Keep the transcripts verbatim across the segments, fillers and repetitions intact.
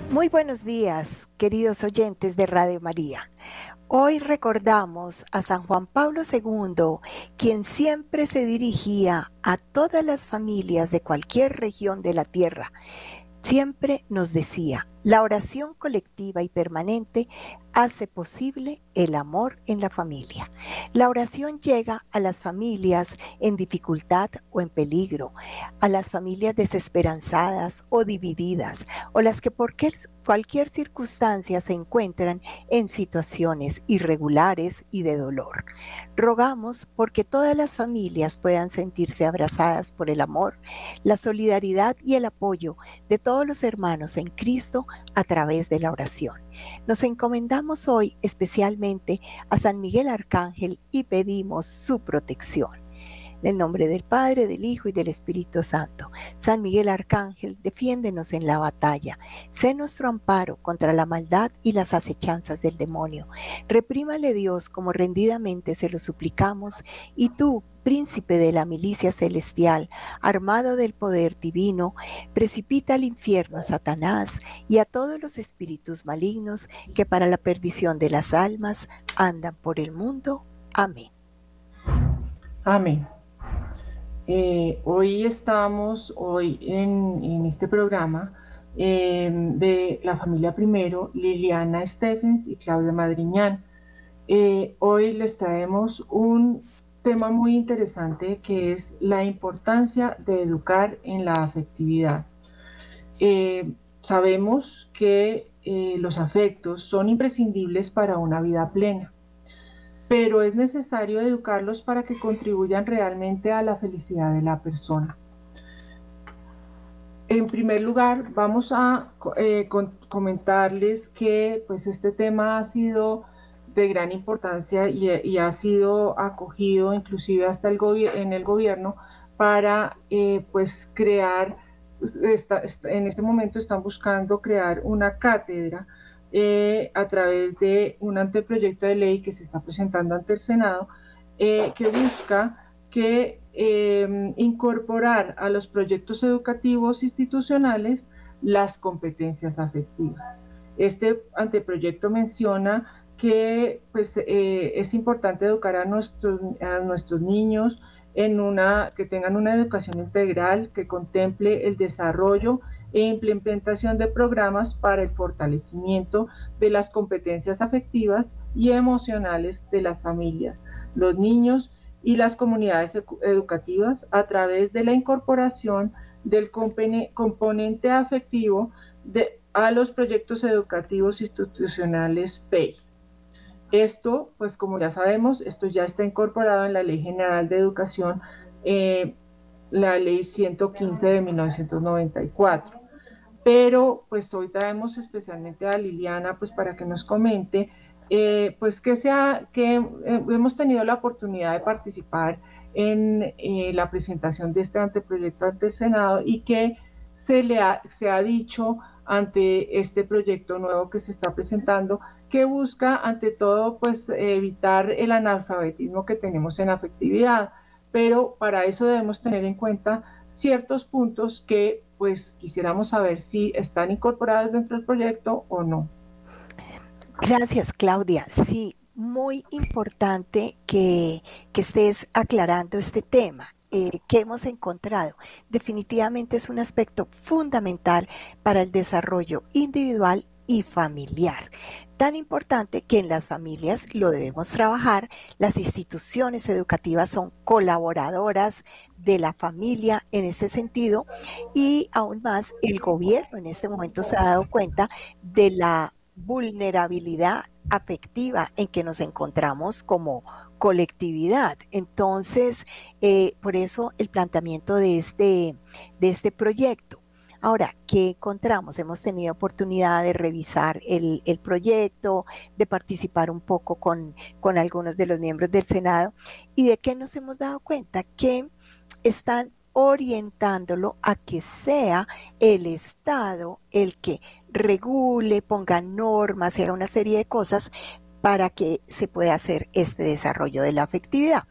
Muy buenos días, queridos oyentes de Radio María. Hoy recordamos a San Juan Pablo segundo, quien siempre se dirigía a todas las familias de cualquier región de la tierra. Siempre nos decía, la oración colectiva y permanente hace posible el amor en la familia. La oración llega a las familias en dificultad o en peligro, a las familias desesperanzadas o divididas, o las que por cualquier circunstancia se encuentran en situaciones irregulares y de dolor. Rogamos porque todas las familias puedan sentirse abrazadas por el amor, la solidaridad y el apoyo de todos los hermanos en Cristo a través de la oración. Nos encomendamos hoy especialmente a San Miguel Arcángel y pedimos su protección. En el nombre del Padre, del Hijo y del Espíritu Santo. San Miguel Arcángel, defiéndenos en la batalla. Sé nuestro amparo contra la maldad y las acechanzas del demonio. Reprímale Dios como rendidamente se lo suplicamos, y tú, príncipe de la milicia celestial, armado del poder divino, precipita al infierno a Satanás y a todos los espíritus malignos que para la perdición de las almas andan por el mundo. Amén. Amén. Eh, hoy estamos, hoy en, en este programa eh, de la familia Primero, Liliana Stephens y Claudia Madriñán. Eh, hoy les traemos un tema muy interesante que es la importancia de educar en la afectividad. Eh, sabemos que eh, los afectos son imprescindibles para una vida plena, pero es necesario educarlos para que contribuyan realmente a la felicidad de la persona. En primer lugar, vamos a eh, comentarles que pues, este tema ha sido de gran importancia y, y ha sido acogido inclusive hasta el en el gobierno para eh, pues, crear, está, está, en este momento están buscando crear una cátedra Eh, a través de un anteproyecto de ley que se está presentando ante el Senado, eh, que busca que eh, incorporar a los proyectos educativos institucionales las competencias afectivas. Este anteproyecto menciona que pues, eh, es importante educar a nuestros, a nuestros niños en una, que tengan una educación integral que contemple el desarrollo e implementación de programas para el fortalecimiento de las competencias afectivas y emocionales de las familias, los niños y las comunidades educativas a través de la incorporación del componente afectivo de, a los proyectos educativos institucionales P E I. Esto, pues como ya sabemos, esto ya está incorporado en la Ley General de Educación, eh, la Ley ciento quince de mil novecientos noventa y cuatro. Pero pues hoy traemos especialmente a Liliana pues para que nos comente eh, pues que, sea, que eh, hemos tenido la oportunidad de participar en eh, la presentación de este anteproyecto ante el Senado y que se, le ha, se ha dicho ante este proyecto nuevo que se está presentando, que busca ante todo pues evitar el analfabetismo que tenemos en afectividad, pero para eso debemos tener en cuenta ciertos puntos que pues quisiéramos saber si están incorporados dentro del proyecto o no. Gracias, Claudia. Sí, muy importante que, que estés aclarando este tema. Eh, que hemos encontrado. Definitivamente es un aspecto fundamental para el desarrollo individual y familiar. Tan importante que en las familias lo debemos trabajar. Las instituciones educativas son colaboradoras de la familia en ese sentido, y aún más el gobierno en este momento se ha dado cuenta de la vulnerabilidad afectiva en que nos encontramos como colectividad. Entonces, eh, por eso el planteamiento de este, de este proyecto. Ahora, ¿qué encontramos? Hemos tenido oportunidad de revisar el, el proyecto, de participar un poco con, con algunos de los miembros del Senado, y de qué nos hemos dado cuenta que están orientándolo a que sea el Estado el que regule, ponga normas, haga una serie de cosas para que se pueda hacer este desarrollo de la afectividad.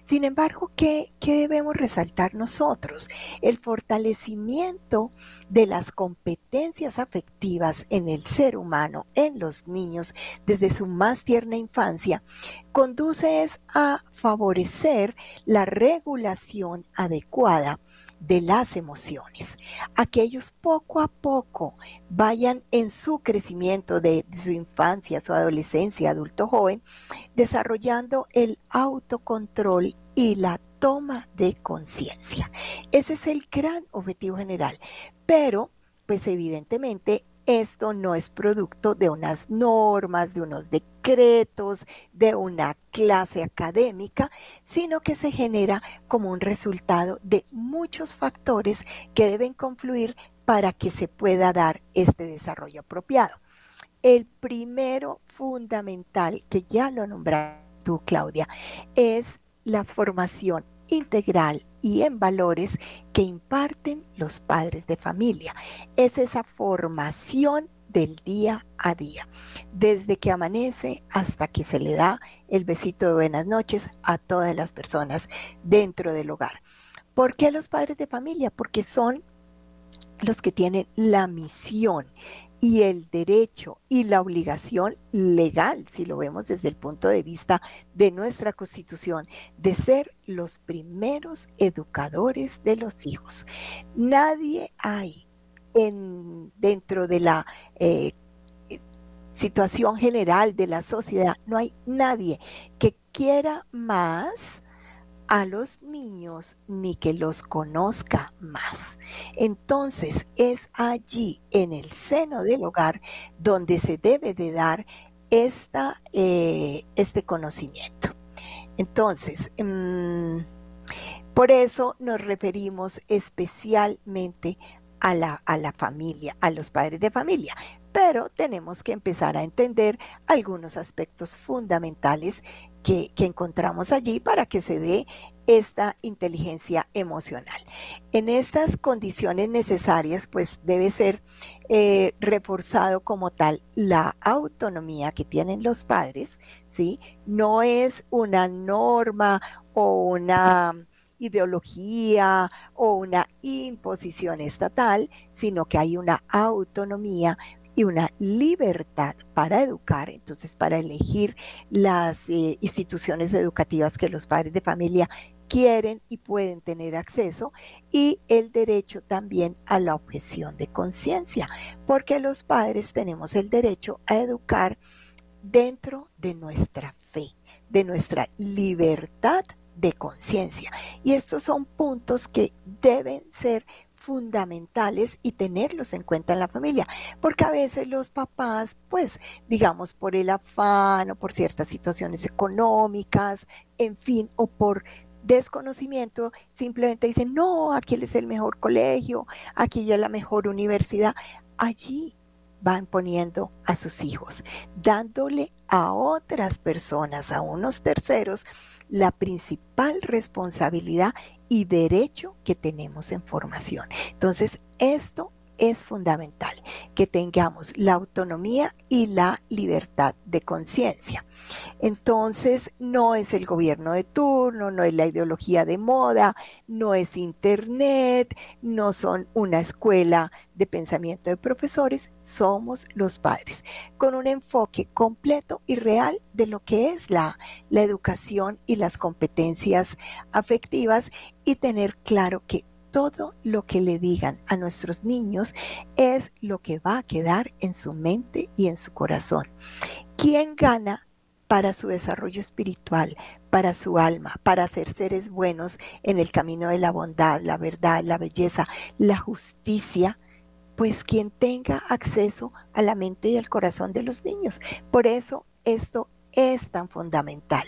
Sin embargo, ¿qué, qué debemos resaltar nosotros? El fortalecimiento de las competencias afectivas en el ser humano, en los niños, desde su más tierna infancia, conduce a favorecer la regulación adecuada de las emociones, a que ellos poco a poco vayan en su crecimiento de, de su infancia, su adolescencia, adulto joven, desarrollando el autocontrol y la toma de conciencia. Ese es el gran objetivo general, pero pues evidentemente esto no es producto de unas normas, de unos decretos, de una clase académica, sino que se genera como un resultado de muchos factores que deben confluir para que se pueda dar este desarrollo apropiado. El primero fundamental, que ya lo nombraste tú, Claudia, es la formación integral y en valores que imparten los padres de familia. Es esa formación del día a día, desde que amanece hasta que se le da el besito de buenas noches a todas las personas dentro del hogar. ¿Por qué los padres de familia? Porque son los que tienen la misión y el derecho y la obligación legal, si lo vemos desde el punto de vista de nuestra Constitución, de ser los primeros educadores de los hijos. Nadie hay en, dentro de la eh, situación general de la sociedad, no hay nadie que quiera más a los niños ni que los conozca más. Entonces es allí en el seno del hogar donde se debe de dar esta, eh, este conocimiento. Entonces, mmm, por eso nos referimos especialmente a la, a la familia, a los padres de familia. Pero tenemos que empezar a entender algunos aspectos fundamentales que, que encontramos allí para que se dé esta inteligencia emocional. En estas condiciones necesarias, pues debe ser eh, reforzado como tal la autonomía que tienen los padres, ¿sí? No es una norma o una ideología o una imposición estatal, sino que hay una autonomía y una libertad para educar, entonces para elegir las eh, instituciones educativas que los padres de familia quieren y pueden tener acceso, y el derecho también a la objeción de conciencia, porque los padres tenemos el derecho a educar dentro de nuestra fe, de nuestra libertad de conciencia. Y estos son puntos que deben ser fundamentales y tenerlos en cuenta en la familia, porque a veces los papás, pues, digamos, por el afán o por ciertas situaciones económicas, en fin, o por desconocimiento, simplemente dicen, no, aquí es el mejor colegio, aquí ya es la mejor universidad. Allí van poniendo a sus hijos, dándole a otras personas, a unos terceros, la principal responsabilidad y derecho que tenemos en formación. Entonces, esto es fundamental, que tengamos la autonomía y la libertad de conciencia. Entonces, no es el gobierno de turno, no es la ideología de moda, no es internet, no son una escuela de pensamiento de profesores, somos los padres, con un enfoque completo y real de lo que es la, la educación y las competencias afectivas, y tener claro que todo lo que le digan a nuestros niños es lo que va a quedar en su mente y en su corazón. ¿Quién gana para su desarrollo espiritual, para su alma, para ser seres buenos en el camino de la bondad, la verdad, la belleza, la justicia? Pues quien tenga acceso a la mente y al corazón de los niños. Por eso esto es tan fundamental.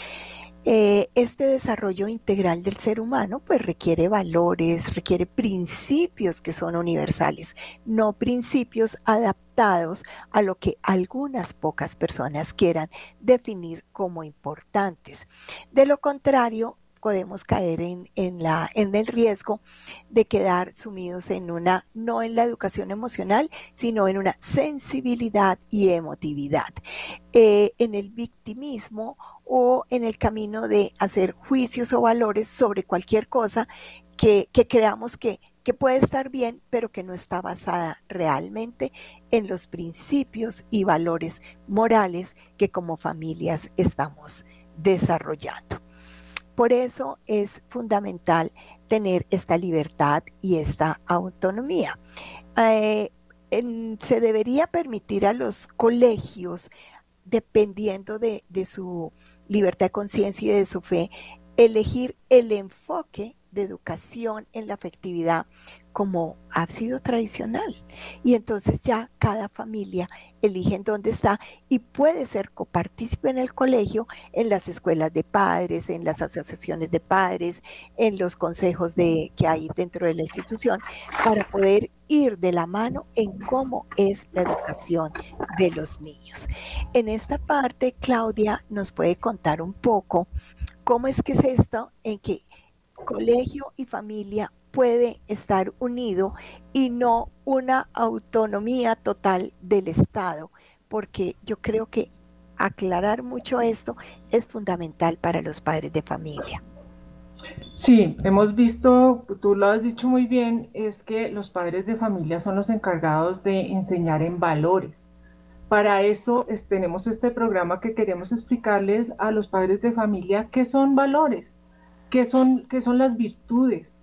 Eh, este desarrollo integral del ser humano pues requiere valores, requiere principios que son universales, no principios adaptados a lo que algunas pocas personas quieran definir como importantes. De lo contrario, podemos caer en, en, la, en el riesgo de quedar sumidos en una, no en la educación emocional, sino en una sensibilidad y emotividad, eh, en el victimismo o en el camino de hacer juicios o valores sobre cualquier cosa que, que creamos que, que puede estar bien, pero que no está basada realmente en los principios y valores morales que como familias estamos desarrollando. Por eso es fundamental tener esta libertad y esta autonomía. Eh, en, se debería permitir a los colegios, dependiendo de, de su libertad de conciencia y de su fe, elegir el enfoque de educación en la afectividad como ha sido tradicional. Y entonces ya cada familia elige en dónde está y puede ser copartícipe en el colegio, en las escuelas de padres, en las asociaciones de padres, en los consejos de, que hay dentro de la institución, para poder ir de la mano en cómo es la educación de los niños. En esta parte, Claudia nos puede contar un poco cómo es que es esto en que colegio y familia puede estar unido y no una autonomía total del Estado, porque yo creo que aclarar mucho esto es fundamental para los padres de familia. Sí, hemos visto, tú lo has dicho muy bien, es que los padres de familia son los encargados de enseñar en valores. Para eso es, tenemos este programa que queremos explicarles a los padres de familia qué son valores, qué son, qué son las virtudes,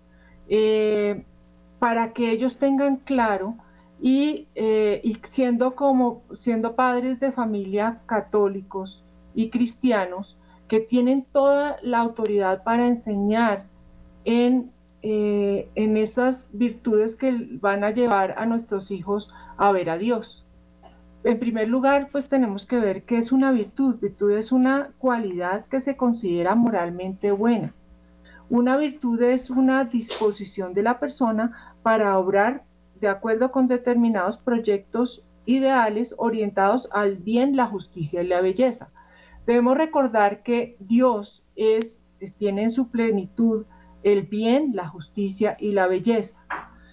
eh, para que ellos tengan claro y, eh, y siendo, como, siendo padres de familia católicos y cristianos, que tienen toda la autoridad para enseñar en, eh, en esas virtudes que van a llevar a nuestros hijos a ver a Dios. En primer lugar, pues tenemos que ver qué es una virtud. Virtud es una cualidad que se considera moralmente buena. Una virtud es una disposición de la persona para obrar de acuerdo con determinados proyectos ideales orientados al bien, la justicia y la belleza. Debemos recordar que Dios es, tiene en su plenitud el bien, la justicia y la belleza.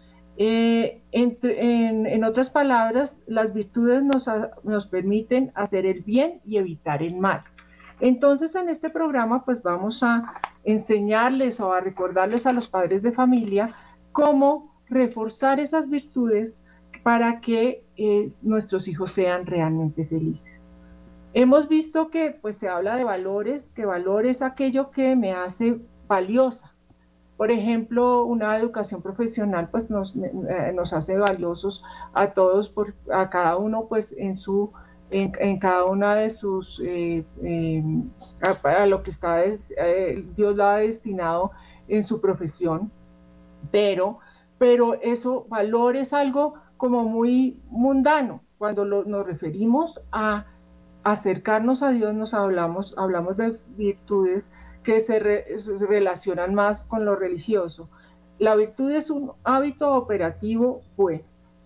Eh, en, en, en otras palabras, las virtudes nos, nos permiten hacer el bien y evitar el mal. Entonces, en este programa, pues vamos a enseñarles o a recordarles a los padres de familia cómo reforzar esas virtudes para que eh, nuestros hijos sean realmente felices. Hemos visto que pues se habla de valores, que valor es aquello que me hace valiosa. Por ejemplo, una educación profesional pues nos, eh, nos hace valiosos a todos, por, a cada uno pues en su en, en cada una de sus eh, eh, a, a lo que está des, eh, Dios la ha destinado en su profesión, pero pero eso valor es algo como muy mundano. Cuando lo, nos referimos a acercarnos a Dios, nos hablamos hablamos de virtudes que se, re, se relacionan más con lo religioso. La virtud es un hábito operativo bueno.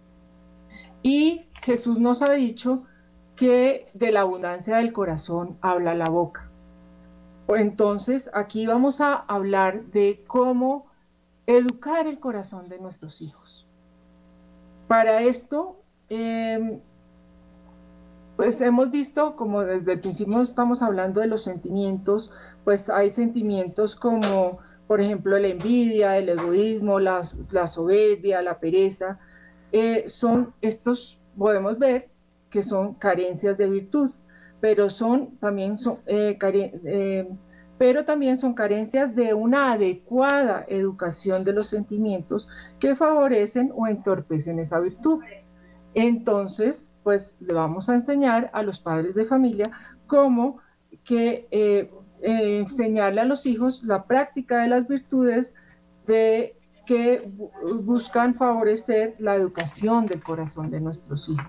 Y Jesús nos ha dicho que de la abundancia del corazón habla la boca. Entonces, aquí vamos a hablar de cómo educar el corazón de nuestros hijos. Para esto, eh, pues hemos visto, como desde el principio estamos hablando de los sentimientos, pues hay sentimientos como, por ejemplo, la envidia, el egoísmo, la, la soberbia, la pereza. Eh, son estos, podemos ver que son carencias de virtud, pero son también son, eh, care, eh, pero también son carencias de una adecuada educación de los sentimientos que favorecen o entorpecen esa virtud. Entonces, pues le vamos a enseñar a los padres de familia cómo que eh, eh, enseñarle a los hijos la práctica de las virtudes de, que buscan favorecer la educación del corazón de nuestros hijos.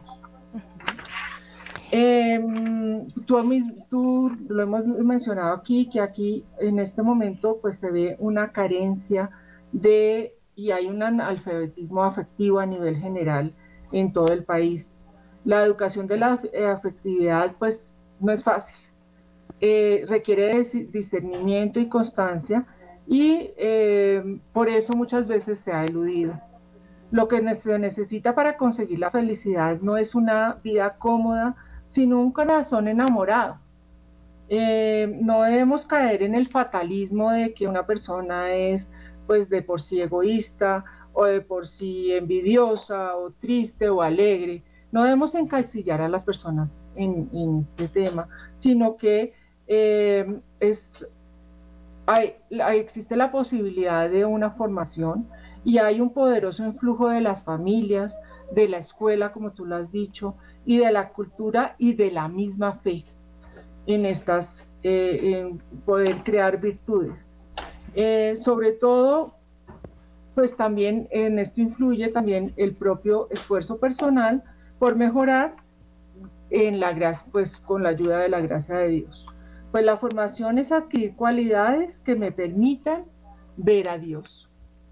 Eh, tú, tú lo hemos mencionado aquí, que aquí en este momento pues se ve una carencia de, y hay un analfabetismo afectivo a nivel general en todo el país. La educación de la afectividad pues no es fácil, eh, requiere de discernimiento y constancia y eh, por eso muchas veces se ha eludido. Lo que se necesita para conseguir la felicidad no es una vida cómoda, sino un corazón enamorado. Eh, no debemos caer en el fatalismo de que una persona es pues de por sí egoísta o de por sí envidiosa o triste o alegre. No debemos encasillar a las personas en, en este tema, sino que eh, es, hay, hay, existe la posibilidad de una formación y hay un poderoso influjo de las familias, de la escuela, como tú lo has dicho, y de la cultura y de la misma fe en estas, eh, en poder crear virtudes. Eh, sobre todo, pues también en esto influye también el propio esfuerzo personal por mejorar en la gracia, pues con la ayuda de la gracia de Dios. Pues la formación es adquirir cualidades que me permitan ver a Dios.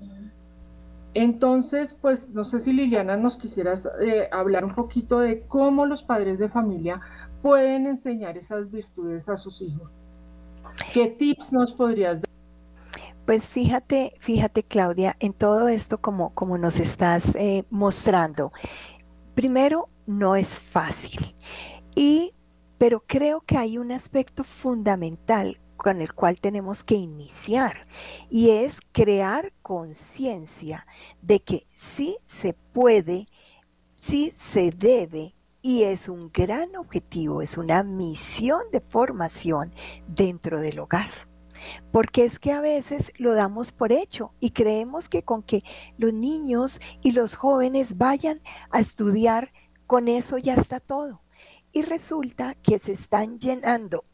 Entonces, pues no sé si Liliana nos quisieras eh, hablar un poquito de cómo los padres de familia pueden enseñar esas virtudes a sus hijos. ¿Qué tips nos podrías dar? Pues fíjate, fíjate Claudia, en todo esto como, como nos estás eh, mostrando, primero no es fácil, y, pero creo que hay un aspecto fundamental con el cual tenemos que iniciar y es crear conciencia de que sí se puede, sí se debe y es un gran objetivo, es una misión de formación dentro del hogar. Porque es que a veces lo damos por hecho y creemos que con que los niños y los jóvenes vayan a estudiar, con eso ya está todo. Y resulta que se están llenando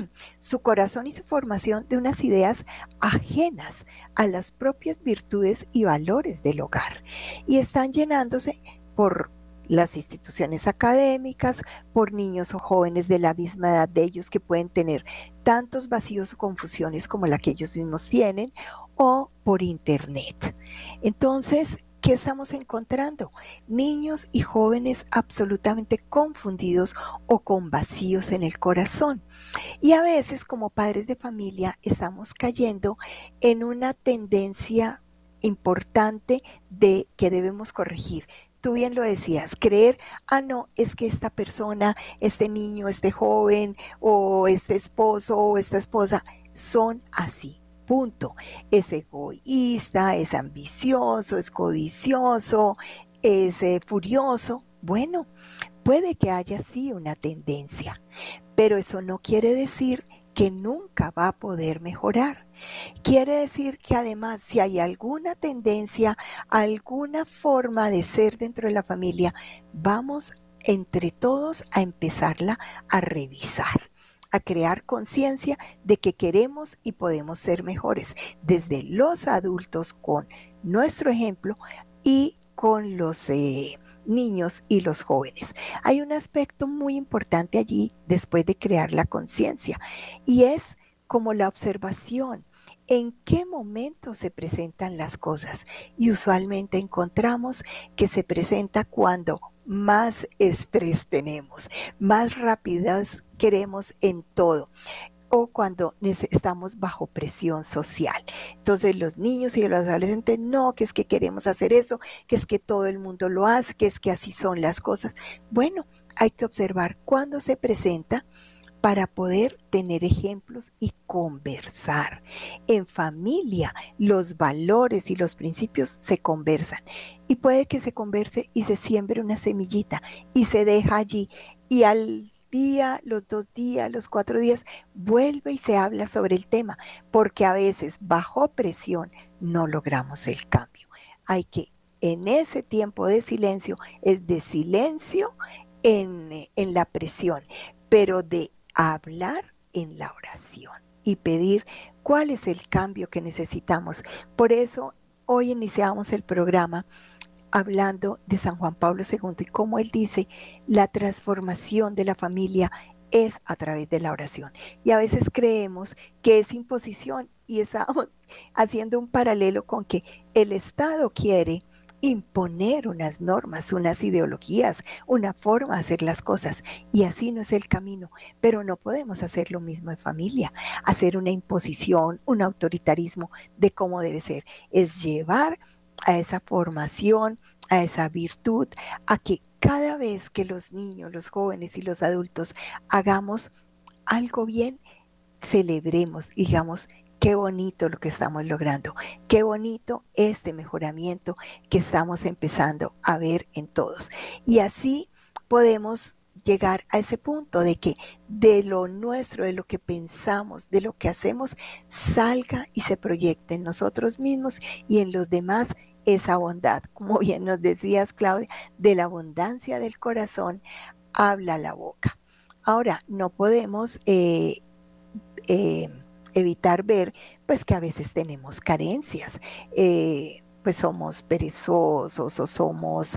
su corazón y su formación de unas ideas ajenas a las propias virtudes y valores del hogar. Y están llenándose por las instituciones académicas, por niños o jóvenes de la misma edad de ellos que pueden tener tantos vacíos o confusiones como la que ellos mismos tienen, o por internet. Entonces, ¿qué estamos encontrando? Niños y jóvenes absolutamente confundidos o con vacíos en el corazón. Y a veces, como padres de familia, estamos cayendo en una tendencia importante de que debemos corregir. Tú bien lo decías, creer, ah, no, es que esta persona, este niño, este joven, o este esposo o esta esposa, son así. Punto. Es egoísta, es ambicioso, es codicioso, es eh, furioso. Bueno, puede que haya sí una tendencia, pero eso no quiere decir que nunca va a poder mejorar. Quiere decir que además si hay alguna tendencia, alguna forma de ser dentro de la familia, vamos entre todos a empezarla a revisar, a crear conciencia de que queremos y podemos ser mejores, desde los adultos con nuestro ejemplo y con los eh, niños y los jóvenes. Hay un aspecto muy importante allí después de crear la conciencia y es como la observación. ¿En qué momento se presentan las cosas? Y usualmente encontramos que se presenta cuando más estrés tenemos, más rapidez queremos en todo, o cuando estamos bajo presión social. Entonces los niños y los adolescentes, no, que es que queremos hacer eso, que es que todo el mundo lo hace, que es que así son las cosas. Bueno, hay que observar cuándo se presenta para poder tener ejemplos y conversar. En familia, los valores y los principios se conversan. Y puede que se converse y se siembre una semillita y se deja allí. Y al día, los dos días, los cuatro días, vuelve y se habla sobre el tema, porque a veces bajo presión no logramos el cambio. Hay que, en ese tiempo de silencio, es de silencio en, en la presión, pero de hablar en la oración y pedir cuál es el cambio que necesitamos. Por eso hoy iniciamos el programa hablando de San Juan Pablo segundo y como él dice, la transformación de la familia es a través de la oración. Y a veces creemos que es imposición y estamos haciendo un paralelo con que el Estado quiere imponer unas normas, unas ideologías, una forma de hacer las cosas, y así no es el camino. Pero no podemos hacer lo mismo en familia, hacer una imposición, un autoritarismo de cómo debe ser. Es llevar a esa formación, a esa virtud, a que cada vez que los niños, los jóvenes y los adultos hagamos algo bien, celebremos, digamos, qué bonito lo que estamos logrando, qué bonito este mejoramiento que estamos empezando a ver en todos. Y así podemos llegar a ese punto de que de lo nuestro, de lo que pensamos, de lo que hacemos, salga y se proyecte en nosotros mismos y en los demás esa bondad. Como bien nos decías, Claudia, de la abundancia del corazón habla la boca. Ahora, no podemos eh, eh, evitar ver pues que a veces tenemos carencias. Eh, pues somos perezosos o somos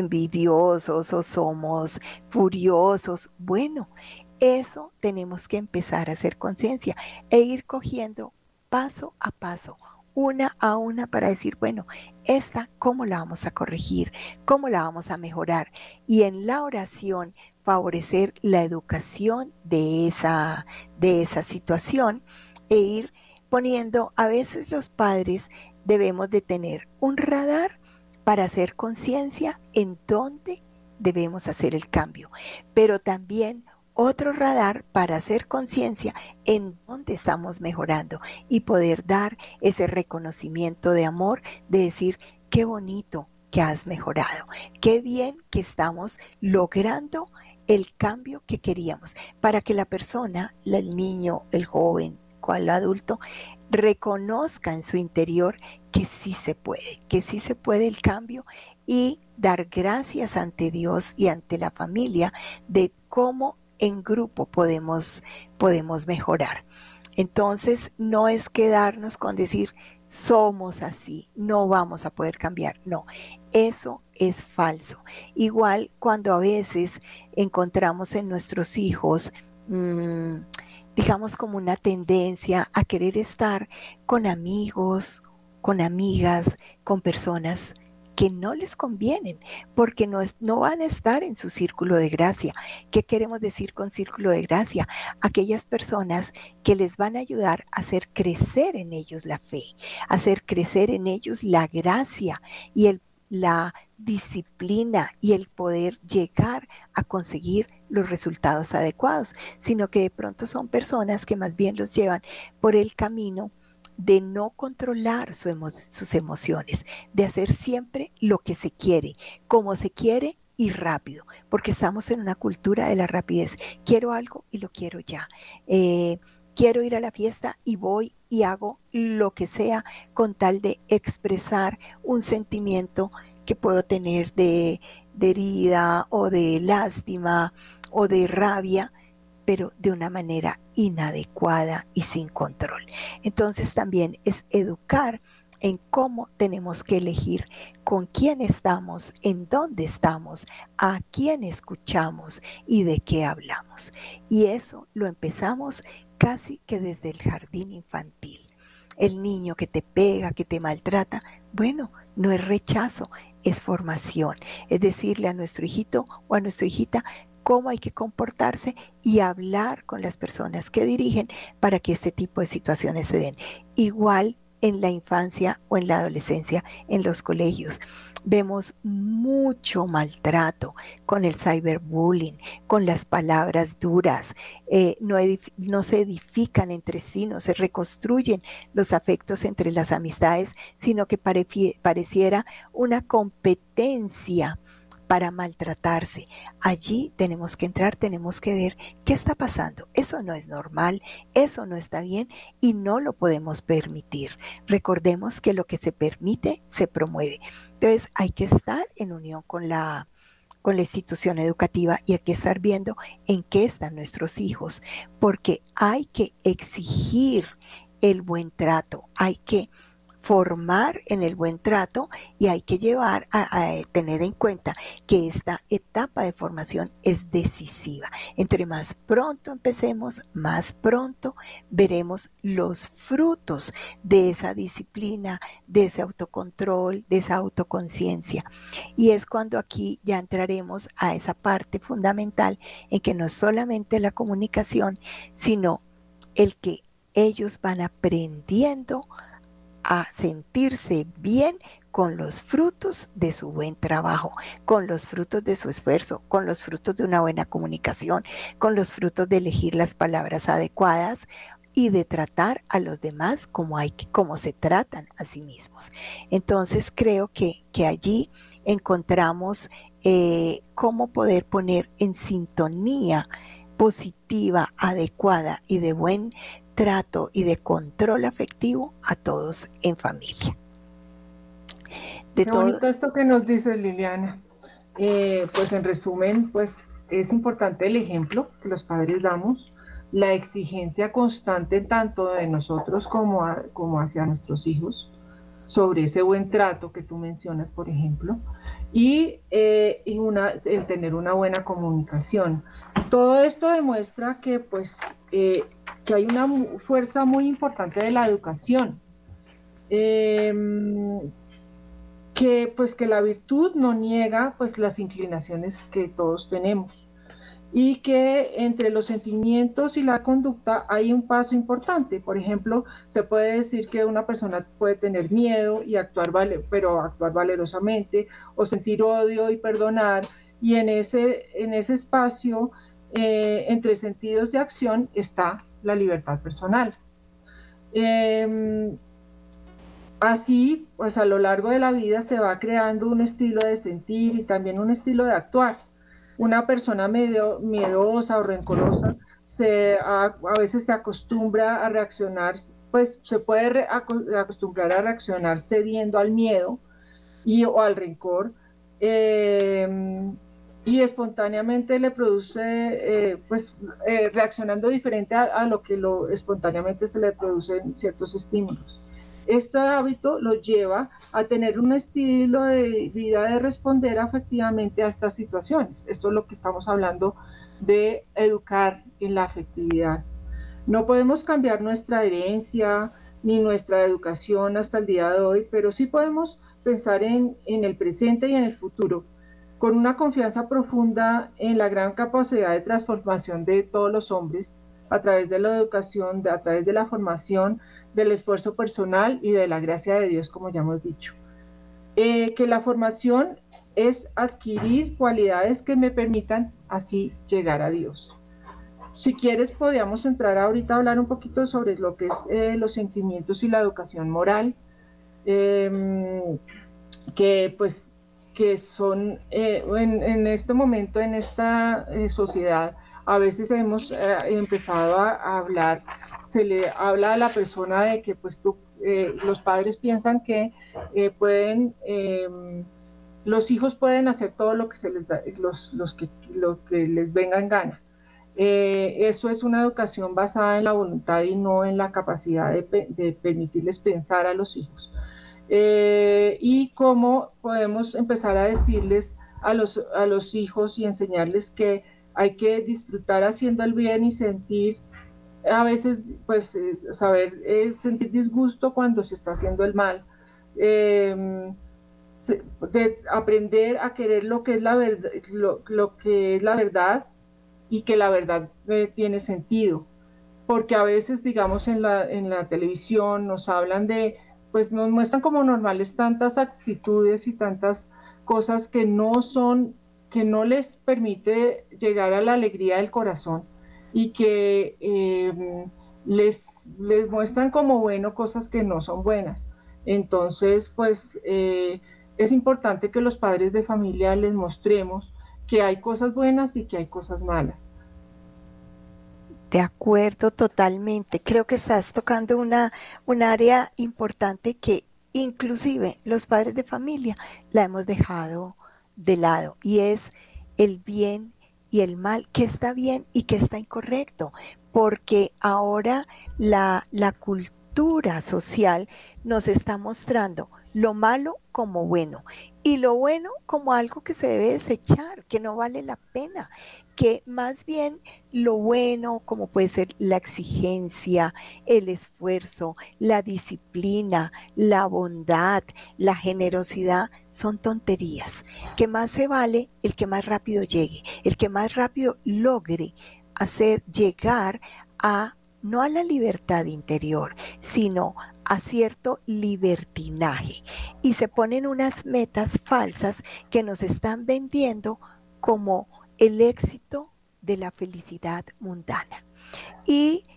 envidiosos o somos furiosos. Bueno, eso tenemos que empezar a hacer conciencia e ir cogiendo paso a paso, una a una para decir, bueno, esta, ¿cómo la vamos a corregir? ¿Cómo la vamos a mejorar? Y en la oración favorecer la educación de esa, de esa situación e ir poniendo, a veces los padres debemos de tener un radar para hacer conciencia en dónde debemos hacer el cambio, pero también otro radar para hacer conciencia en dónde estamos mejorando y poder dar ese reconocimiento de amor, de decir, qué bonito que has mejorado, qué bien que estamos logrando el cambio que queríamos, para que la persona, el niño, el joven, cual adulto, reconozca en su interior que sí se puede, que sí se puede el cambio y dar gracias ante Dios y ante la familia de cómo en grupo podemos, podemos mejorar. Entonces, no es quedarnos con decir, somos así, no vamos a poder cambiar. No, eso es falso. Igual cuando a veces encontramos en nuestros hijos, mmm, digamos como una tendencia a querer estar con amigos, con amigas, con personas que no les convienen, porque no, es, no van a estar en su círculo de gracia. ¿Qué queremos decir con círculo de gracia? Aquellas personas que les van a ayudar a hacer crecer en ellos la fe, a hacer crecer en ellos la gracia y el, la disciplina y el poder llegar a conseguir los resultados adecuados, sino que de pronto son personas que más bien los llevan por el camino de no controlar su emo- sus emociones, de hacer siempre lo que se quiere, como se quiere y rápido, porque estamos en una cultura de la rapidez. Quiero algo y lo quiero ya. Eh, quiero ir a la fiesta y voy y hago lo que sea con tal de expresar un sentimiento que puedo tener de, de herida o de lástima o de rabia, pero de una manera inadecuada y sin control. Entonces también es educar en cómo tenemos que elegir con quién estamos, en dónde estamos, a quién escuchamos y de qué hablamos. Y eso lo empezamos casi que desde el jardín infantil. El niño que te pega, que te maltrata, bueno, no es rechazo, es formación. Es decirle a nuestro hijito o a nuestra hijita cómo hay que comportarse y hablar con las personas que dirigen para que este tipo de situaciones se den. Igual en la infancia o en la adolescencia, en los colegios. Vemos mucho maltrato con el cyberbullying, con las palabras duras, eh, no, edif- no se edifican entre sí, no se reconstruyen los afectos entre las amistades, sino que pareci- pareciera una competencia para maltratarse. Allí tenemos que entrar, tenemos que ver qué está pasando. Eso no es normal, eso no está bien y no lo podemos permitir. Recordemos que lo que se permite se promueve. Entonces hay que estar en unión con la, con la institución educativa y hay que estar viendo en qué están nuestros hijos, porque hay que exigir el buen trato, hay que formar en el buen trato y hay que llevar a, a tener en cuenta que esta etapa de formación es decisiva. Entre más pronto empecemos, más pronto veremos los frutos de esa disciplina, de ese autocontrol, de esa autoconciencia. Y es cuando aquí ya entraremos a esa parte fundamental en que no es solamente la comunicación, sino el que ellos van aprendiendo a sentirse bien con los frutos de su buen trabajo, con los frutos de su esfuerzo, con los frutos de una buena comunicación, con los frutos de elegir las palabras adecuadas y de tratar a los demás como, hay, como se tratan a sí mismos. Entonces creo que, que allí encontramos eh, cómo poder poner en sintonía positiva, adecuada y de buen trato y de control afectivo a todos en familia. De Qué todo... bonito esto que nos dice Liliana. Eh, pues en resumen, pues es importante el ejemplo que los padres damos, la exigencia constante tanto de nosotros como, a, como hacia nuestros hijos sobre ese buen trato que tú mencionas, por ejemplo, y, eh, y una, el tener una buena comunicación. Todo esto demuestra que, pues, eh, que hay una fuerza muy importante de la educación, eh, que, pues, que la virtud no niega pues, las inclinaciones que todos tenemos, y que entre los sentimientos y la conducta hay un paso importante. Por ejemplo, se puede decir que una persona puede tener miedo y actuar vale, pero actuar valerosamente, o sentir odio y perdonar, y en ese, en ese espacio eh, entre sentidos de acción está la libertad personal. Eh, así, pues a lo largo de la vida se va creando un estilo de sentir y también un estilo de actuar. Una persona medio miedosa o rencorosa se, a, a veces se acostumbra a reaccionar, pues se puede re, acostumbrar a reaccionar cediendo al miedo y, o al rencor, eh, y espontáneamente le produce, eh, pues eh, reaccionando diferente a, a lo que lo, espontáneamente se le producen ciertos estímulos. Este hábito lo lleva a tener un estilo de vida de responder afectivamente a estas situaciones. Esto es lo que estamos hablando de educar en la afectividad. No podemos cambiar nuestra herencia ni nuestra educación hasta el día de hoy, pero sí podemos pensar en, en el presente y en el futuro, con una confianza profunda en la gran capacidad de transformación de todos los hombres a través de la educación, de, a través de la formación, del esfuerzo personal y de la gracia de Dios, como ya hemos dicho. Eh, que la formación es adquirir cualidades que me permitan así llegar a Dios. Si quieres, podríamos entrar ahorita a hablar un poquito sobre lo que es eh, los sentimientos y la educación moral, eh, que pues que son eh, en, en este momento, en esta eh, sociedad, a veces hemos eh, empezado a, a hablar, se le habla a la persona de que pues tú, eh, los padres piensan que eh, pueden, eh, los hijos pueden hacer todo lo que, se les da, los, los que, lo que les venga en gana. Eh, eso es una educación basada en la voluntad y no en la capacidad de, de permitirles pensar a los hijos. Eh, y cómo podemos empezar a decirles a los, a los hijos y enseñarles que hay que disfrutar haciendo el bien y sentir, a veces, pues, saber eh, sentir disgusto cuando se está haciendo el mal. Eh, de aprender a querer lo que es la verdad, lo, lo que es la verdad, y que la verdad eh, tiene sentido, porque a veces, digamos, en la, en la televisión nos hablan de, pues nos muestran como normales tantas actitudes y tantas cosas que no son, que no les permite llegar a la alegría del corazón, y que eh, les, les muestran como bueno cosas que no son buenas. Entonces, pues eh, es importante que los padres de familia les mostremos que hay cosas buenas y que hay cosas malas. De acuerdo, totalmente. Creo que estás tocando una, un área importante que inclusive los padres de familia la hemos dejado de lado, y es el bien y el mal, qué está bien y qué está incorrecto, porque ahora la, la cultura social nos está mostrando lo malo como bueno y lo bueno como algo que se debe desechar, que no vale la pena, que más bien lo bueno, como puede ser la exigencia, el esfuerzo, la disciplina, la bondad, la generosidad, son tonterías, que más se vale el que más rápido llegue, el que más rápido logre hacer llegar a, no a la libertad interior, sino a cierto libertinaje, y se ponen unas metas falsas que nos están vendiendo como el éxito de la felicidad mundana. Y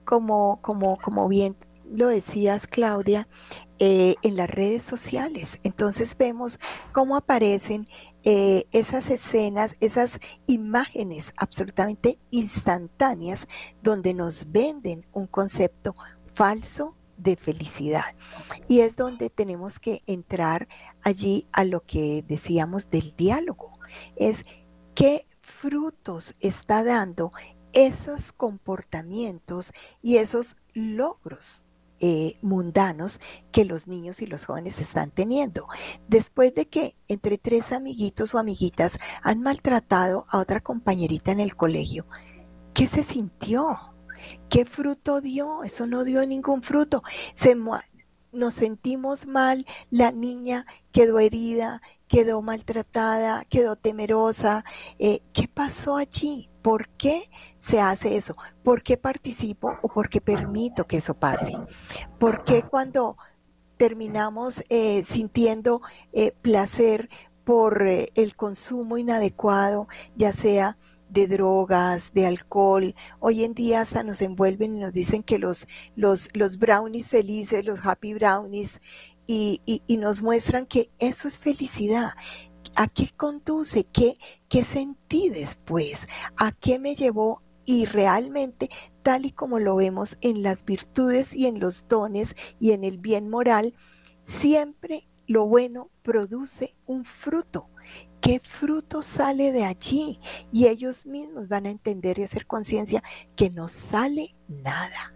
como, como, como bien lo decías, Claudia, eh, en las redes sociales. Entonces vemos cómo aparecen eh, esas escenas, esas imágenes absolutamente instantáneas donde nos venden un concepto falso de felicidad. Y es donde tenemos que entrar allí a lo que decíamos del diálogo. Es qué frutos está dando esos comportamientos y esos logros eh, mundanos que los niños y los jóvenes están teniendo. Después de que entre tres amiguitos o amiguitas han maltratado a otra compañerita en el colegio, ¿qué se sintió? ¿Qué fruto dio? Eso no dio ningún fruto. Se, nos sentimos mal, la niña quedó herida, quedó maltratada, quedó temerosa. Eh, ¿Qué pasó allí? ¿Por qué se hace eso? ¿Por qué participo o por qué permito que eso pase? ¿Por qué cuando terminamos eh, sintiendo eh, placer por eh, el consumo inadecuado, ya sea de drogas, de alcohol? Hoy en día hasta nos envuelven y nos dicen que los, los, los brownies felices, los happy brownies, y, y, y nos muestran que eso es felicidad. ¿A qué conduce? ¿Qué, qué sentí después? ¿A qué me llevó? Y realmente, tal y como lo vemos en las virtudes y en los dones y en el bien moral, siempre lo bueno produce un fruto. ¿Qué fruto sale de allí? Y ellos mismos van a entender y hacer conciencia que no sale nada.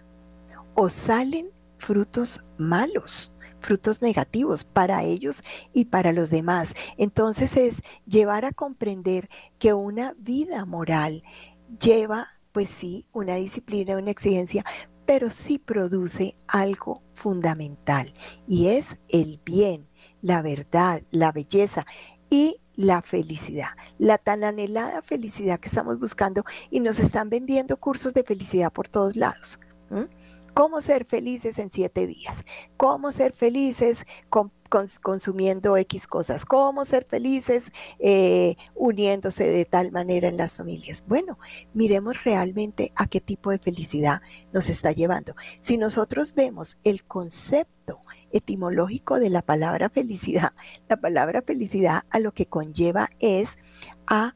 O salen frutos malos, frutos negativos para ellos y para los demás. Entonces es llevar a comprender que una vida moral lleva, pues sí, una disciplina, una exigencia, pero sí produce algo fundamental, y es el bien, la verdad, la belleza y la felicidad, la tan anhelada felicidad que estamos buscando, y nos están vendiendo cursos de felicidad por todos lados. ¿Mm? ¿Cómo ser felices en siete días? ¿Cómo ser felices con, con, consumiendo X cosas? ¿Cómo ser felices eh, uniéndose de tal manera en las familias? Bueno, miremos realmente a qué tipo de felicidad nos está llevando. Si nosotros vemos el concepto etimológico de la palabra felicidad, la palabra felicidad a lo que conlleva es a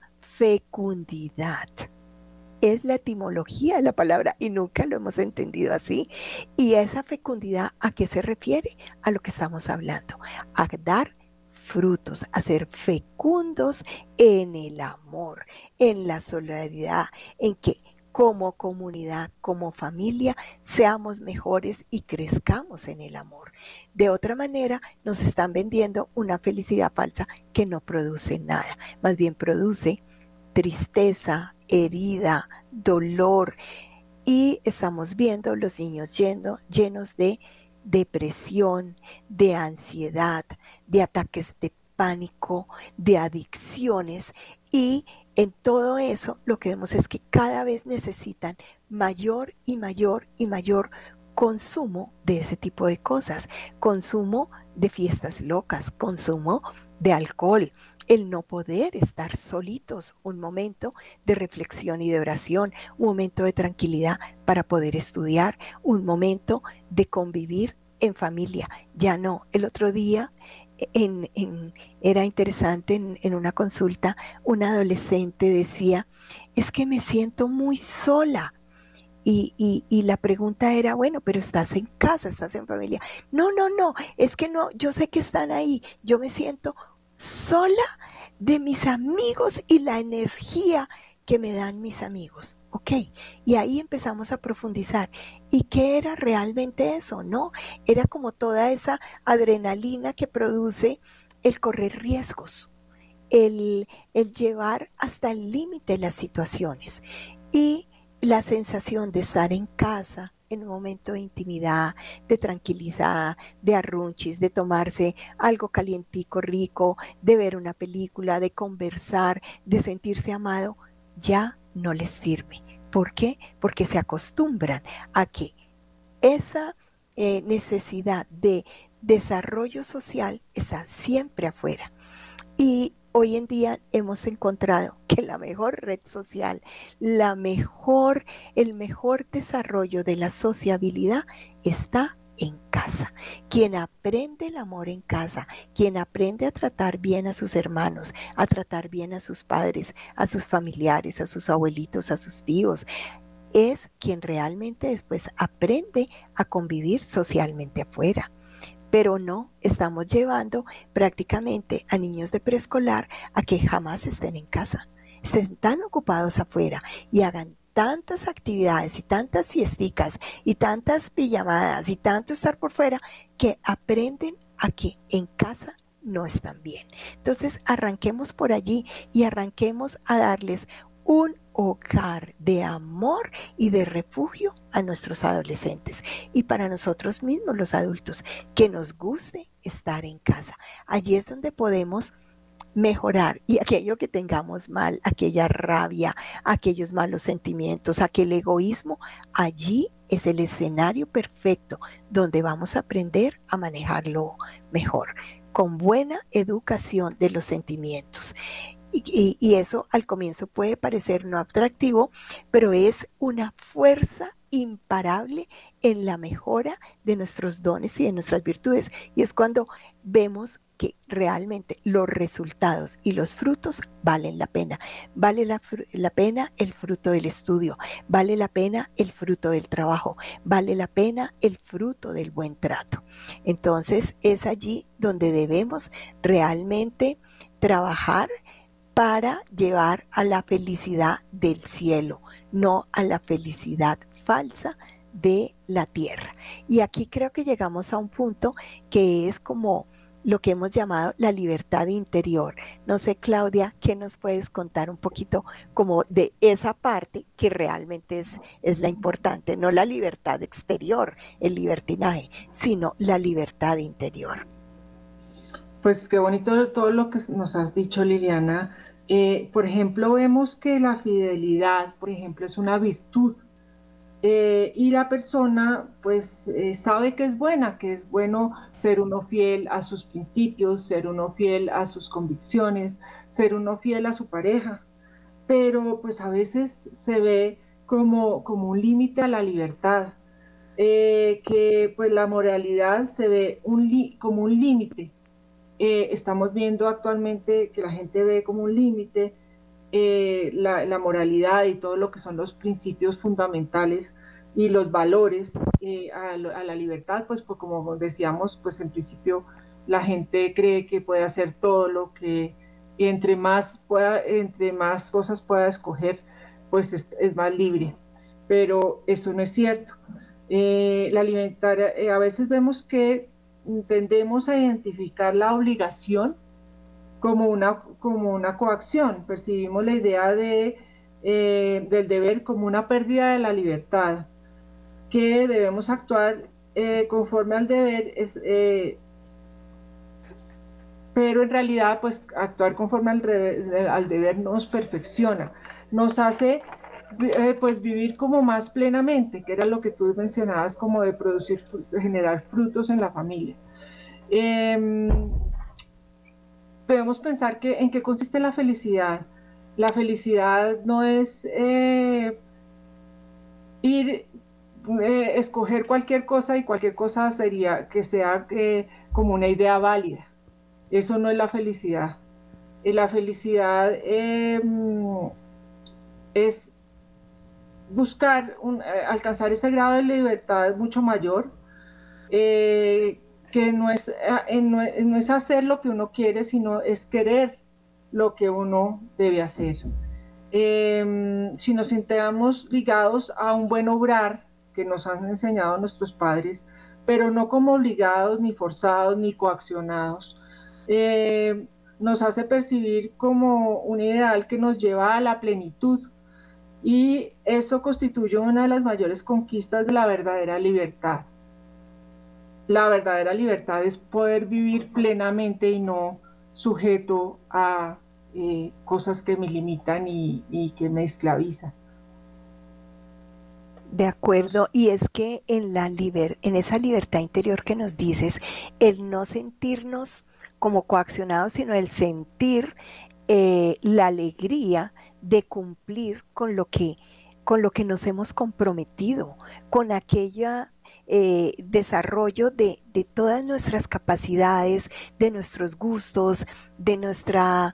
fecundidad. Es la etimología de la palabra y nunca lo hemos entendido así. Y esa fecundidad, ¿a qué se refiere? A lo que estamos hablando, a dar frutos, a ser fecundos en el amor, en la solidaridad, en que como comunidad, como familia, seamos mejores y crezcamos en el amor. De otra manera, nos están vendiendo una felicidad falsa que no produce nada, más bien produce tristeza, herida, dolor, y estamos viendo los niños lleno, llenos de depresión, de ansiedad, de ataques de pánico, de adicciones, y en todo eso lo que vemos es que cada vez necesitan mayor y mayor y mayor consumo de ese tipo de cosas, consumo de fiestas locas, consumo de alcohol, el no poder estar solitos, un momento de reflexión y de oración, un momento de tranquilidad para poder estudiar, un momento de convivir en familia. Ya no, el otro día en, en, era interesante en, en una consulta, una adolescente decía, es que me siento muy sola. Y, y, y la pregunta era, bueno, pero estás en casa, estás en familia. No, no, no, es que no, yo sé que están ahí, yo me siento sola de mis amigos y la energía que me dan mis amigos. Ok, y ahí empezamos a profundizar. ¿Y qué era realmente eso? No, era como toda esa adrenalina que produce el correr riesgos, el, el llevar hasta el límite las situaciones. Y la sensación de estar en casa en un momento de intimidad, de tranquilidad, de arrunchis, de tomarse algo calientico, rico, de ver una película, de conversar, de sentirse amado, ya no les sirve. ¿Por qué? Porque se acostumbran a que esa eh, necesidad de desarrollo social está siempre afuera. Y hoy en día hemos encontrado que la mejor red social, la mejor, el mejor desarrollo de la sociabilidad está en casa. Quien aprende el amor en casa, quien aprende a tratar bien a sus hermanos, a tratar bien a sus padres, a sus familiares, a sus abuelitos, a sus tíos, es quien realmente después aprende a convivir socialmente afuera. Pero no, estamos llevando prácticamente a niños de preescolar a que jamás estén en casa, estén tan ocupados afuera y hagan tantas actividades y tantas fiesticas y tantas pijamadas y tanto estar por fuera que aprenden a que en casa no están bien. Entonces arranquemos por allí y arranquemos a darles un hogar de amor y de refugio a nuestros adolescentes y para nosotros mismos los adultos, que nos guste estar en casa. Allí es donde podemos mejorar y aquello que tengamos mal, aquella rabia, aquellos malos sentimientos, aquel egoísmo, allí es el escenario perfecto donde vamos a aprender a manejarlo mejor, con buena educación de los sentimientos. Y, y, y eso al comienzo puede parecer no atractivo, pero es una fuerza imparable en la mejora de nuestros dones y de nuestras virtudes. Y es cuando vemos que realmente los resultados y los frutos valen la pena. Vale la, la pena el fruto del estudio, vale la pena el fruto del trabajo, vale la pena el fruto del buen trato. Entonces es allí donde debemos realmente trabajar para llevar a la felicidad del cielo, no a la felicidad falsa de la tierra. Y aquí creo que llegamos a un punto que es como lo que hemos llamado la libertad interior. No sé, Claudia, ¿qué nos puedes contar un poquito como de esa parte que realmente es, es la importante? No la libertad exterior, el libertinaje, sino la libertad interior. Pues qué bonito todo lo que nos has dicho, Liliana. Eh, por ejemplo, vemos que la fidelidad, por ejemplo, es una virtud. Eh, y la persona pues eh, sabe que es buena, que es bueno ser uno fiel a sus principios, ser uno fiel a sus convicciones, ser uno fiel a su pareja, pero pues a veces se ve como, como un límite a la libertad, eh, que pues la moralidad se ve un como un límite. Eh, estamos viendo actualmente que la gente ve como un límite eh, la, la, moralidad y todo lo que son los principios fundamentales y los valores eh, a, a, la libertad, pues, pues como decíamos, pues en principio la gente cree que puede hacer todo lo que entre más, pueda, entre más cosas pueda escoger, pues es, es más libre, pero eso no es cierto. Eh, la libertad, eh, a veces vemos que tendemos a identificar la obligación como una, como una coacción, percibimos la idea de, eh, del deber como una pérdida de la libertad, que debemos actuar eh, conforme al deber, es, eh, pero en realidad pues actuar conforme al deber, al deber nos perfecciona, nos hace eh, pues vivir como más plenamente, que era lo que tú mencionabas como de producir, de generar frutos en la familia. Eh, Debemos pensar que, en qué consiste la felicidad. La felicidad no es eh, ir, eh, escoger cualquier cosa y cualquier cosa sería que sea eh, como una idea válida. Eso no es la felicidad. Eh, la felicidad eh, es buscar, un, eh, alcanzar ese grado de libertad mucho mayor, eh, que no es, eh, no, no es hacer lo que uno quiere, sino es querer lo que uno debe hacer. Eh, si nos integramos ligados a un buen obrar que nos han enseñado nuestros padres, pero no como obligados, ni forzados, ni coaccionados, eh, nos hace percibir como un ideal que nos lleva a la plenitud, y eso constituye una de las mayores conquistas de la verdadera libertad. La verdadera libertad es poder vivir plenamente y no sujeto a eh, cosas que me limitan y, y que me esclavizan. De acuerdo, y es que en la liber, en esa libertad interior que nos dices, el no sentirnos como coaccionados, sino el sentir eh, la alegría de cumplir con lo que, con lo que nos hemos comprometido, con aquella eh, desarrollo de, de todas nuestras capacidades, de nuestros gustos, de nuestra...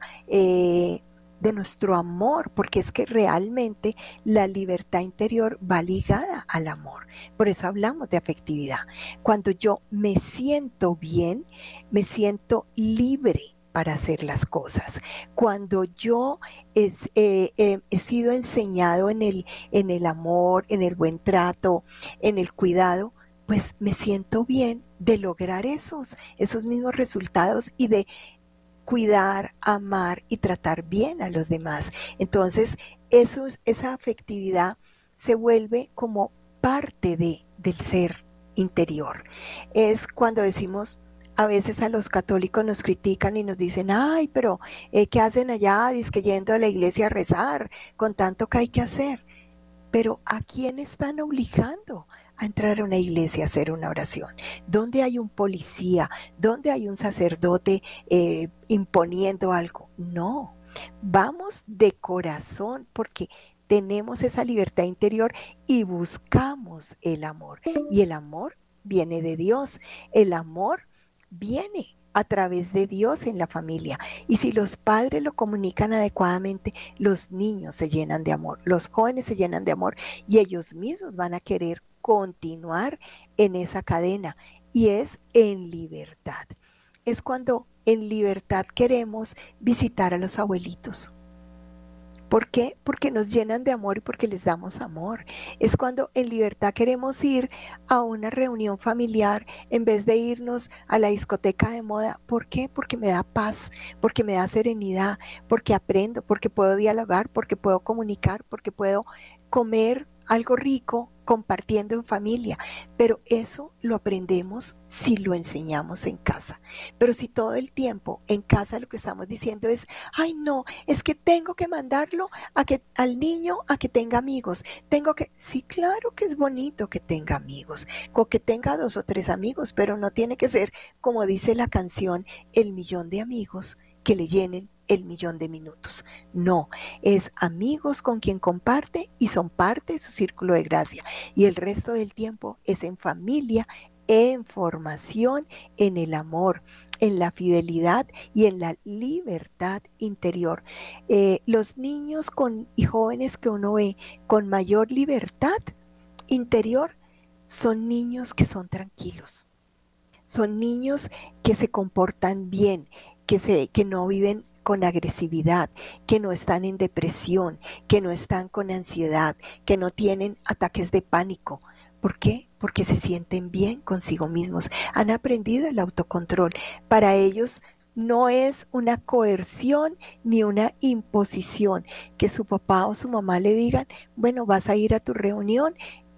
Eh, de nuestro amor, porque es que realmente la libertad interior va ligada al amor. Por eso hablamos de afectividad. Cuando yo me siento bien, me siento libre para hacer las cosas. Cuando yo es, eh, eh, he sido enseñado en el, en el amor, en el buen trato, en el cuidado, pues me siento bien de lograr esos, esos mismos resultados y de cuidar, amar y tratar bien a los demás. Entonces, eso, esa afectividad se vuelve como parte de, del ser interior. Es cuando decimos, a veces a los católicos nos critican y nos dicen, ay, pero eh, ¿qué hacen allá? Dice que yendo a la iglesia a rezar, con tanto que hay que hacer. Pero ¿a quién están obligando a entrar a una iglesia a hacer una oración? ¿Dónde hay un policía? ¿Dónde hay un sacerdote eh, imponiendo algo? No, vamos de corazón porque tenemos esa libertad interior y buscamos el amor. Y el amor viene de Dios. El amor viene a través de Dios en la familia. Y si los padres lo comunican adecuadamente, los niños se llenan de amor, los jóvenes se llenan de amor y ellos mismos van a querer continuar en esa cadena y es en libertad. Es cuando en libertad queremos visitar a los abuelitos. ¿Por qué? Porque nos llenan de amor y porque les damos amor. Es cuando en libertad queremos ir a una reunión familiar en vez de irnos a la discoteca de moda. ¿Por qué? Porque me da paz, porque me da serenidad, porque aprendo, porque puedo dialogar, porque puedo comunicar, porque puedo comer algo rico compartiendo en familia. Pero eso lo aprendemos si lo enseñamos en casa. Pero si todo el tiempo en casa lo que estamos diciendo es, ay no, es que tengo que mandarlo a que, al niño a que tenga amigos. Tengo que, sí, claro que es bonito que tenga amigos, o que tenga dos o tres amigos, pero no tiene que ser, como dice la canción, el millón de amigos que le llenen el millón de minutos. No, es amigos con quien comparte y son parte de su círculo de gracia. Y el resto del tiempo es en familia, en formación, en el amor, en la fidelidad y en la libertad interior. Eh, los niños con, y jóvenes que uno ve con mayor libertad interior son niños que son tranquilos. Son niños que se comportan bien, que, se, que no viven con agresividad, que no están en depresión, que no están con ansiedad, que no tienen ataques de pánico. ¿Por qué? Porque se sienten bien consigo mismos. Han aprendido el autocontrol. Para ellos no es una coerción ni una imposición que su papá o su mamá le digan, bueno, vas a ir a tu reunión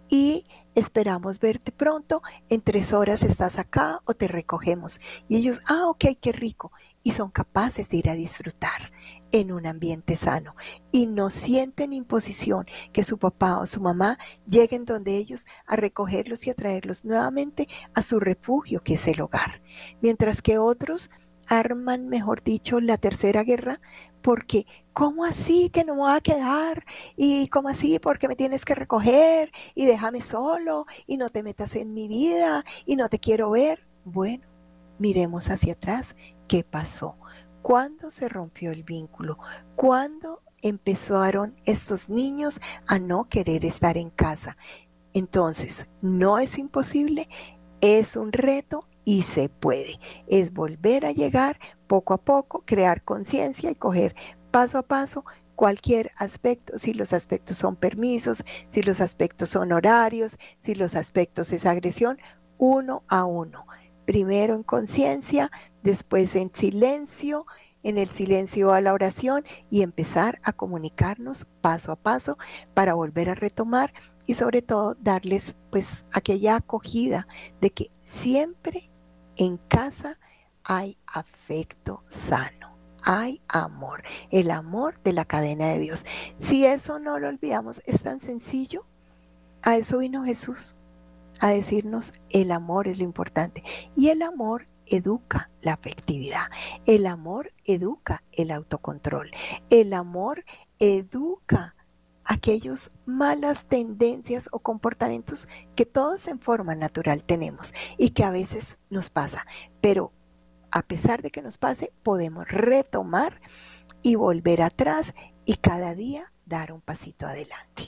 y esperamos verte pronto, en tres horas estás acá o te recogemos. Y ellos, ah, ok, qué rico. Y son capaces de ir a disfrutar en un ambiente sano. Y no sienten imposición que su papá o su mamá lleguen donde ellos a recogerlos y a traerlos nuevamente a su refugio, que es el hogar. Mientras que otros arman, mejor dicho, la tercera guerra, porque ¿cómo así que no me voy a quedar? ¿Y cómo así? Porque me tienes que recoger y déjame solo y no te metas en mi vida y no te quiero ver. Bueno, miremos hacia atrás. ¿Qué pasó? ¿Cuándo se rompió el vínculo? ¿Cuándo empezaron estos niños a no querer estar en casa? Entonces, no es imposible, es un reto y se puede. Es volver a llegar poco a poco, crear conciencia y coger paso a paso cualquier aspecto, si los aspectos son permisos, si los aspectos son horarios, si los aspectos es agresión, uno a uno. Primero en conciencia, después en silencio, en el silencio a la oración y empezar a comunicarnos paso a paso para volver a retomar y sobre todo darles pues aquella acogida de que siempre en casa hay afecto sano, hay amor, el amor de la cadena de Dios. Si eso no lo olvidamos, es tan sencillo. A eso vino Jesús, a decirnos el amor es lo importante. Y el amor educa la afectividad, el amor educa el autocontrol, el amor educa aquellas malas tendencias o comportamientos que todos en forma natural tenemos y que a veces nos pasa, pero a pesar de que nos pase, podemos retomar y volver atrás y cada día dar un pasito adelante.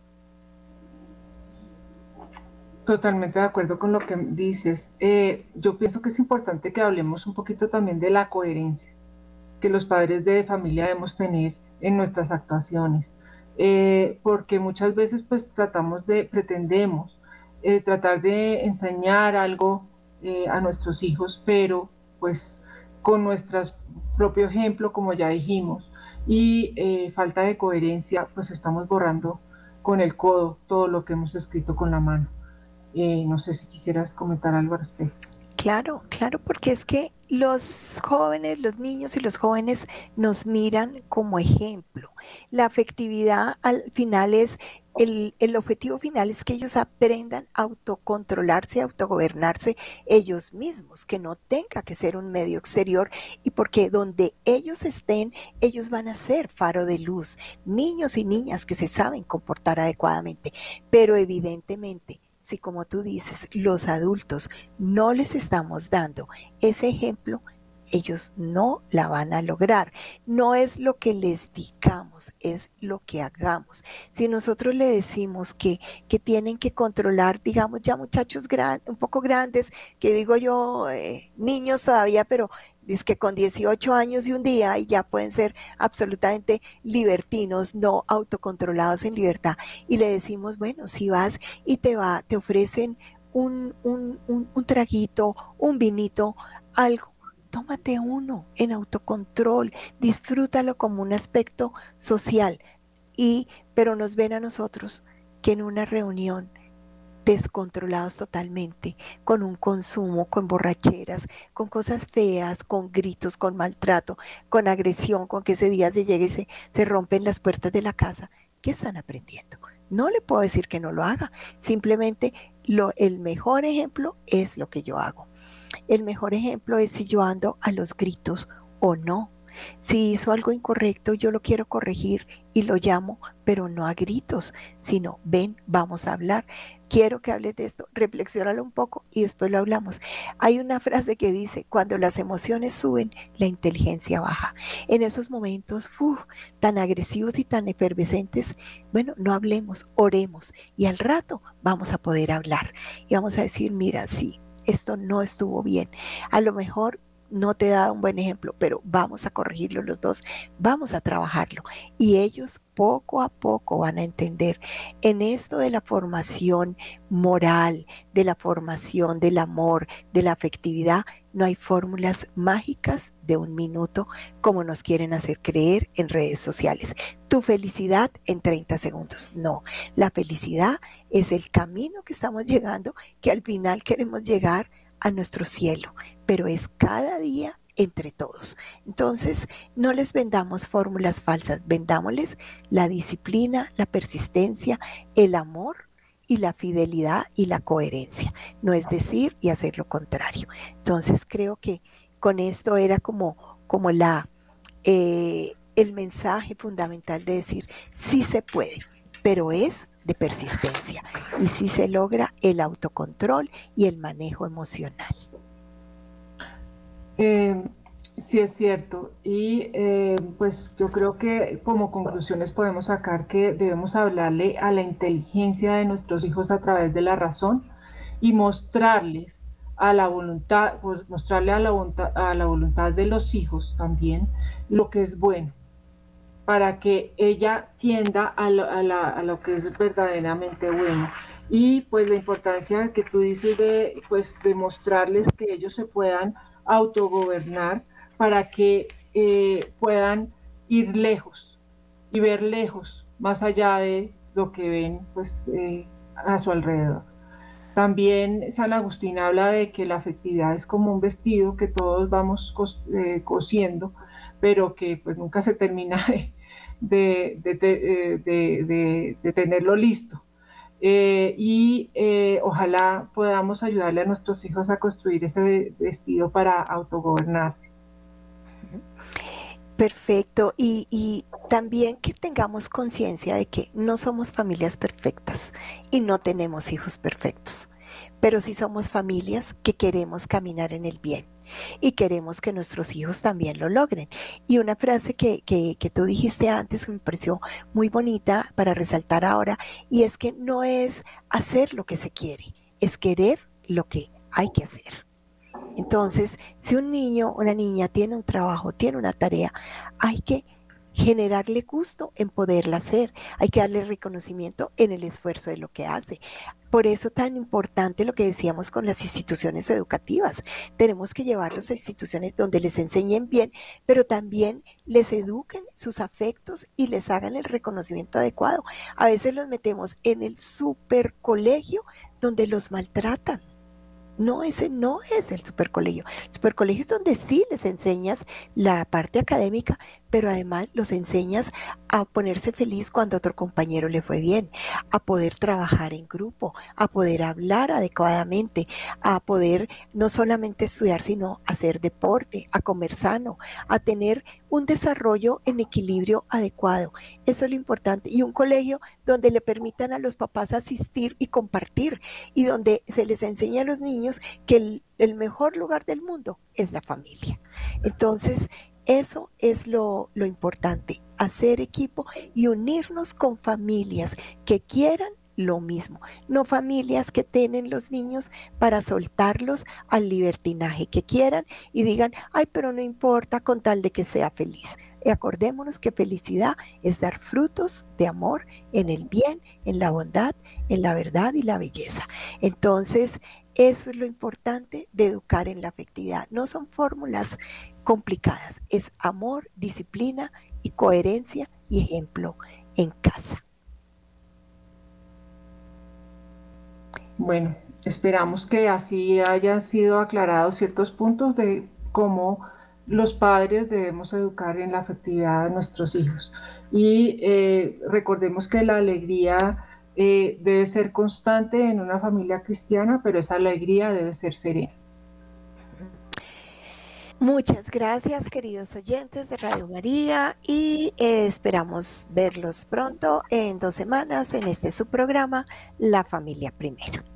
Totalmente de acuerdo con lo que dices. Eh, yo pienso que es importante que hablemos un poquito también de la coherencia que los padres de familia debemos tener en nuestras actuaciones, eh, porque muchas veces pues tratamos de, pretendemos eh, tratar de enseñar algo eh, a nuestros hijos, pero pues con nuestro propio ejemplo, como ya dijimos, y eh, falta de coherencia, pues estamos borrando con el codo todo lo que hemos escrito con la mano. Eh, no sé si quisieras comentar algo al respecto. Claro, claro, porque es que los jóvenes, los niños y los jóvenes nos miran como ejemplo. La afectividad al final es, el, el objetivo final es que ellos aprendan a autocontrolarse, a autogobernarse ellos mismos, que no tenga que ser un medio exterior y porque donde ellos estén, ellos van a ser faro de luz, niños y niñas que se saben comportar adecuadamente, pero evidentemente si como tú dices, los adultos no les estamos dando ese ejemplo, ellos no la van a lograr. No es lo que les digamos, es lo que hagamos. Si nosotros le decimos que, que tienen que controlar, digamos, ya muchachos gran, un poco grandes, que digo yo, eh, niños todavía, pero es que con dieciocho años y un día y ya pueden ser absolutamente libertinos, no autocontrolados en libertad. Y le decimos, bueno, si vas y te va, te ofrecen un, un, un, un traguito, un vinito, algo, tómate uno en autocontrol, disfrútalo como un aspecto social. Y, pero nos ven a nosotros que en una reunión descontrolados totalmente, con un consumo, con borracheras, con cosas feas, con gritos, con maltrato, con agresión, con que ese día se llegue y se, se rompen las puertas de la casa. ¿Qué están aprendiendo? No le puedo decir que no lo haga, simplemente lo, el mejor ejemplo es lo que yo hago. El mejor ejemplo es si yo ando a los gritos o no. Si hizo algo incorrecto, yo lo quiero corregir y lo llamo, pero no a gritos, sino ven, vamos a hablar. Quiero que hables de esto, reflexiónalo un poco y después lo hablamos. Hay una frase que dice, cuando las emociones suben, la inteligencia baja. En esos momentos uf, tan agresivos y tan efervescentes, bueno, no hablemos, oremos y al rato vamos a poder hablar y vamos a decir, mira, sí, esto no estuvo bien. A lo mejor no te da un buen ejemplo, pero vamos a corregirlo los dos, vamos a trabajarlo. Y ellos poco a poco van a entender en esto de la formación moral, de la formación del amor, de la afectividad, no hay fórmulas mágicas de un minuto como nos quieren hacer creer en redes sociales. Tu felicidad en treinta segundos. No, la felicidad es el camino que estamos llegando, que al final queremos llegar a nuestro cielo, pero es cada día entre todos. Entonces, no les vendamos fórmulas falsas, vendámosles la disciplina, la persistencia, el amor y la fidelidad y la coherencia. No es decir y hacer lo contrario. Entonces, creo que con esto era como, como la, eh, el mensaje fundamental de decir, sí se puede, pero es de persistencia y sí se logra el autocontrol y el manejo emocional. Eh, sí es cierto y eh, pues yo creo que como conclusiones podemos sacar que debemos hablarle a la inteligencia de nuestros hijos a través de la razón y mostrarles a la voluntad, pues mostrarle a la voluntad, a la voluntad de los hijos también lo que es bueno, para que ella tienda a lo, a, la, a lo que es verdaderamente bueno. Y pues la importancia que tú dices de, pues, de mostrarles que ellos se puedan autogobernar para que eh, puedan ir lejos y ver lejos, más allá de lo que ven pues, eh, a su alrededor. También San Agustín habla de que la afectividad es como un vestido que todos vamos cos, eh, cosiendo, pero que pues nunca se termina de, de, de, de, de tenerlo listo. eh, y eh, ojalá podamos ayudarle a nuestros hijos a construir ese vestido para autogobernarse. Perfecto. Y, y también que tengamos conciencia de que no somos familias perfectas y no tenemos hijos perfectos, pero sí somos familias que queremos caminar en el bien y queremos que nuestros hijos también lo logren. Y una frase que, que, que tú dijiste antes que me pareció muy bonita para resaltar ahora, y es que no es hacer lo que se quiere, es querer lo que hay que hacer. Entonces, si un niño o una niña tiene un trabajo, tiene una tarea, hay que generarle gusto en poderla hacer, hay que darle reconocimiento en el esfuerzo de lo que hace. Por eso tan importante lo que decíamos con las instituciones educativas. Tenemos que llevarlos a instituciones donde les enseñen bien, pero también les eduquen sus afectos y les hagan el reconocimiento adecuado. A veces los metemos en el super colegio donde los maltratan. No, ese no es el supercolegio. El supercolegio es donde sí les enseñas la parte académica, pero además los enseñas a ponerse feliz cuando a otro compañero le fue bien, a poder trabajar en grupo, a poder hablar adecuadamente, a poder no solamente estudiar, sino hacer deporte, a comer sano, a tener un desarrollo en equilibrio adecuado. Eso es lo importante. Y un colegio donde le permitan a los papás asistir y compartir, y donde se les enseña a los niños que el, el mejor lugar del mundo es la familia. Entonces, eso es lo, lo importante, hacer equipo y unirnos con familias que quieran lo mismo, no familias que tienen los niños para soltarlos al libertinaje que quieran y digan, ay, pero no importa con tal de que sea feliz. Y acordémonos que felicidad es dar frutos de amor en el bien, en la bondad, en la verdad y la belleza. Entonces, eso es lo importante de educar en la afectividad. No son fórmulas complicadas, es amor, disciplina y coherencia y ejemplo en casa. Bueno, esperamos que así hayan sido aclarados ciertos puntos de cómo los padres debemos educar en la afectividad a nuestros hijos. Y eh, recordemos que la alegría eh, debe ser constante en una familia cristiana, pero esa alegría debe ser serena. Muchas gracias, queridos oyentes de Radio María, y eh, esperamos verlos pronto en dos semanas en este su programa, La Familia Primero.